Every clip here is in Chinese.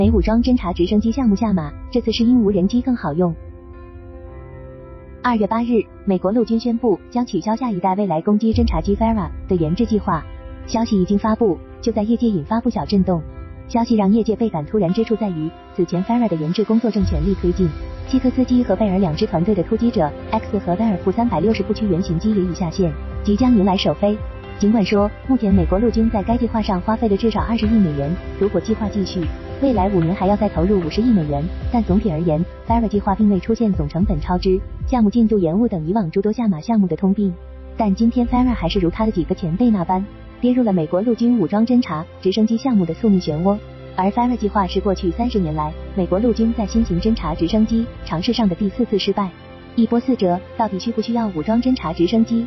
美武装侦察直升机项目下马，这次是因无人机更好用。2月8日，美国陆军宣布将取消下一代未来攻击侦察机 FARA 的研制计划，消息一经发布，就在业界引发不小震动。消息让业界倍感突然之处在于，此前 FARA 的研制工作正全力推进，希科斯基和贝尔两支团队的突击者 X 和威尔夫360步驱原型机也已下线，即将迎来首飞。尽管说，目前美国陆军在该计划上花费了至少20亿美元，如果计划继续，未来5年还要再投入50亿美元，但总体而言 ，FARA 计划并未出现总成本超支、项目进度延误等以往诸多下马项目的通病。但今天 FARA 还是如他的几个前辈那般，跌入了美国陆军武装侦察直升机项目的宿命漩涡。而 FARA 计划是过去30年来美国陆军在新型侦察直升机尝试上的第4次失败。一波四折，到底需不需要武装侦察直升机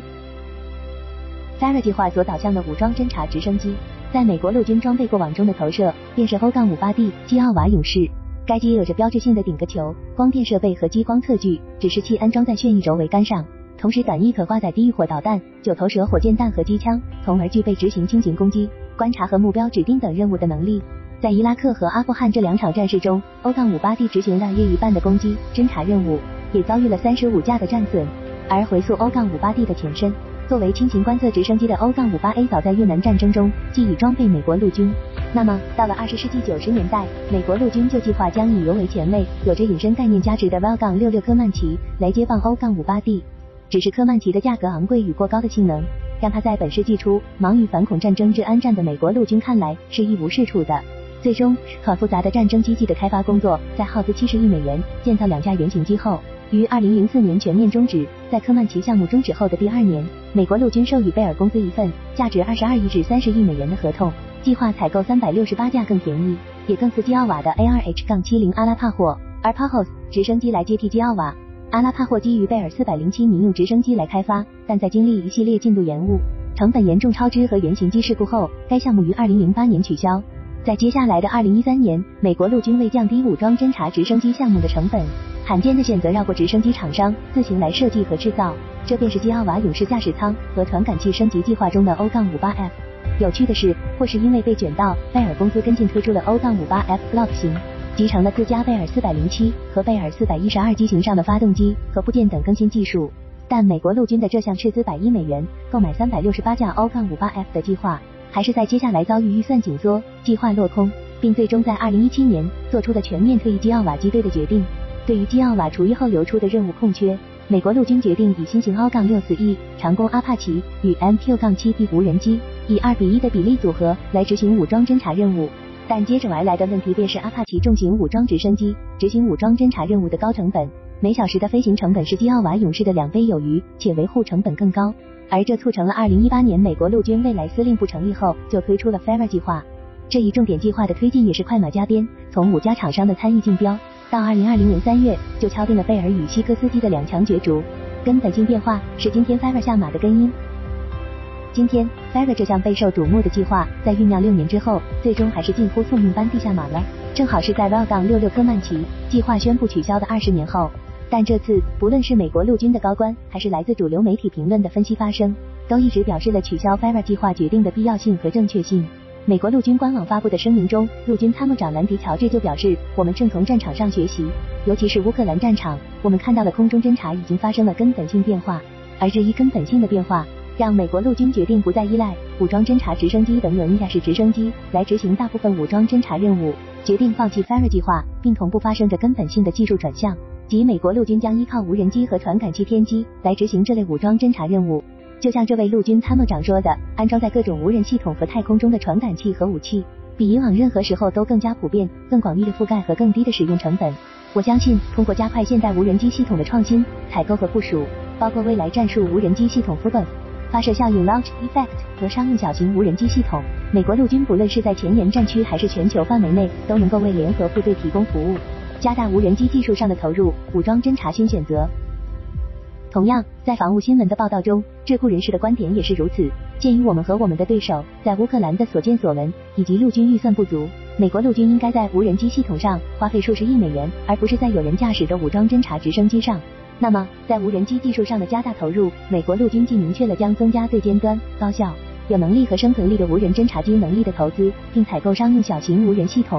？FARA 计划所导向的武装侦察直升机，在美国陆军装备过往中的投射便是 O-58D 基奥瓦勇士。该机有着标志性的顶个球、光电设备和激光测距，指示器安装在旋翼轴桅杆上，同时短翼可挂载低域火导弹、9头蛇火箭弹和机枪，从而具备执行轻型攻击、观察和目标指定等任务的能力。在伊拉克和阿富汗这2场战事中 ，O-58D 执行了约一半的攻击侦察任务，也遭遇了35架的战损。而回溯 O-58D 的前身，作为轻型观测直升机的 O-58A 早在越南战争中即已装备美国陆军。那么，到了20世纪90年代，美国陆军就计划将以尤为前卫、有着隐身概念价值的 Vol-66科曼奇来接棒 O-58D。只是科曼奇的价格昂贵与过高的性能，让它在本世纪初忙于反恐战争至安战的美国陆军看来是一无是处的。最终，很复杂的战争机器的开发工作在耗资70亿美元建造2架原型机后，于2004年全面终止。在科曼奇项目终止后的第2年，美国陆军授予贝尔公司一份价值22亿至30亿美元的合同，计划采购368架更便宜也更似基奥瓦的 ARH-70 阿拉帕霍，而 PAHOS 直升机来接替基奥瓦。阿拉帕霍基于贝尔407民用直升机来开发，但在经历一系列进度延误、成本严重超支和原型机事故后，该项目于2008年取消。在接下来的2013年，美国陆军为降低武装侦察直升机项目的成本，罕见地选择绕过直升机厂商，自行来设计和制造，这便是基奥瓦勇士驾驶舱和传感器升级计划中的 O-58F。有趣的是，或是因为被卷到，贝尔公司跟进推出了 O-58F Block 型，集成了自家贝尔407和贝尔412机型上的发动机和部件等更新技术。但美国陆军的这项斥资100亿美元购买368架 O-58F 的计划，还是在接下来遭遇预算紧缩、计划落空，并最终在2017年做出了全面退役基奥瓦机队的决定。对于基奥瓦除役后流出的任务空缺，美国陆军决定以新型 O-64E 长弓阿帕奇与 MQ-7B 无人机以2:1的比例组合来执行武装侦察任务。但接踵而来的问题便是阿帕奇重型武装直升机执行武装侦察任务的高成本，每小时的飞行成本是基奥瓦勇士的2倍有余，且维护成本更高。而这促成了2018年美国陆军未来司令部成立后就推出了 FARA 计划。这一重点计划的推进也是快马加鞭，从5家厂商的参与竞标，到2020年3月就敲定了贝尔与希科斯基的2强角逐。根本性变化是今天 FARA 下马的根因。今天 FARA 这项备受瞩目的计划在酝酿6年之后，最终还是近乎宿命般地下马了，正好是在 Vol-66科曼奇计划宣布取消的20年后。但这次不论是美国陆军的高官，还是来自主流媒体评论的分析发声，都一直表示了取消 FARA 计划决定的必要性和正确性。美国陆军官网发布的声明中，陆军参谋长兰迪·乔治就表示，我们正从战场上学习，尤其是乌克兰战场，我们看到的空中侦察已经发生了根本性变化，而这一根本性的变化让美国陆军决定不再依赖武装侦察直升机等有人驾驶直升机来执行大部分武装侦察任务，决定放弃 FARA 计划，并同步发生着根本性的技术转向，即美国陆军将依靠无人机和传感器天机来执行这类武装侦察任务。就像这位陆军参谋长说的，安装在各种无人系统和太空中的传感器和武器，比以往任何时候都更加普遍、更广域的覆盖和更低的使用成本。我相信，通过加快现代无人机系统的创新、采购和部署，包括未来战术无人机系统 FUBOS、发射效应 Launch Effect 和商用小型无人机系统，美国陆军不论是在前沿战区还是全球范围内，都能够为联合部队提供服务，加大无人机技术上的投入，武装侦察新选择。同样，在防务新闻的报道中，智库人士的观点也是如此。鉴于我们和我们的对手在乌克兰的所见所闻，以及陆军预算不足，美国陆军应该在无人机系统上花费数十亿美元，而不是在有人驾驶的武装侦察直升机上。那么，在无人机技术上的加大投入，美国陆军既明确了将增加最尖端、高效、有能力和生存力的无人侦察机能力的投资，并采购商用小型无人系统，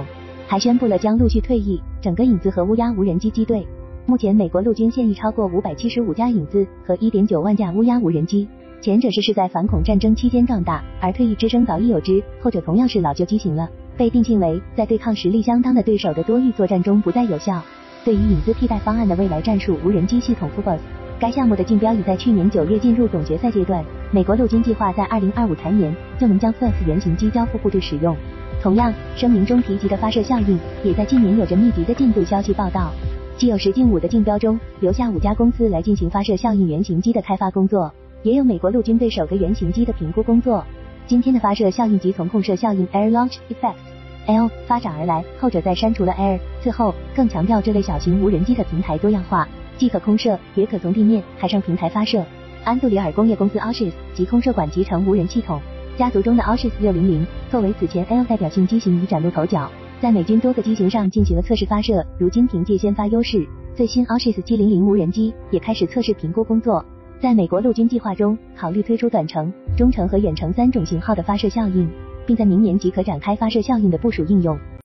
还宣布了将陆续退役整个影子和乌鸦无人机机队。目前美国陆军现役超过575架影子和 1.9 万架乌鸦无人机，前者是在反恐战争期间壮大，而退役之声早已有之，后者同样是老旧机型了，被定性为在对抗实力相当的对手的多域作战中不再有效。对于影子替代方案的未来战术无人机系统 Phobos， 该项目的竞标已在去年9月进入总决赛阶段，美国陆军计划在2025财年就能将 Phobos 原型机交付部队使用。同样，声明中提及的发射效应也在近年有着密集的进度。消息报道，既有10进5的竞标中留下5家公司来进行发射效应原型机的开发工作，也有美国陆军对首个原型机的评估工作。今天的发射效应即从控射效应 Air Launch Effects发展而来，后者在删除了 Air 最后更强调这类小型无人机的平台多样化，既可空射也可从地面海上平台发射。安杜里尔工业公司 Aushis 及空射管集成无人系统家族中的 Aushis 600作为此前 代表性机型已崭露头角，在美军多个机型上进行了测试发射，如今凭借先发优势，最新 Aushis 700无人机也开始测试评估工作。在美国陆军计划中，考虑推出短程、中程和远程3种型号的发射效应，并在明年即可展开发射效应的部署应用。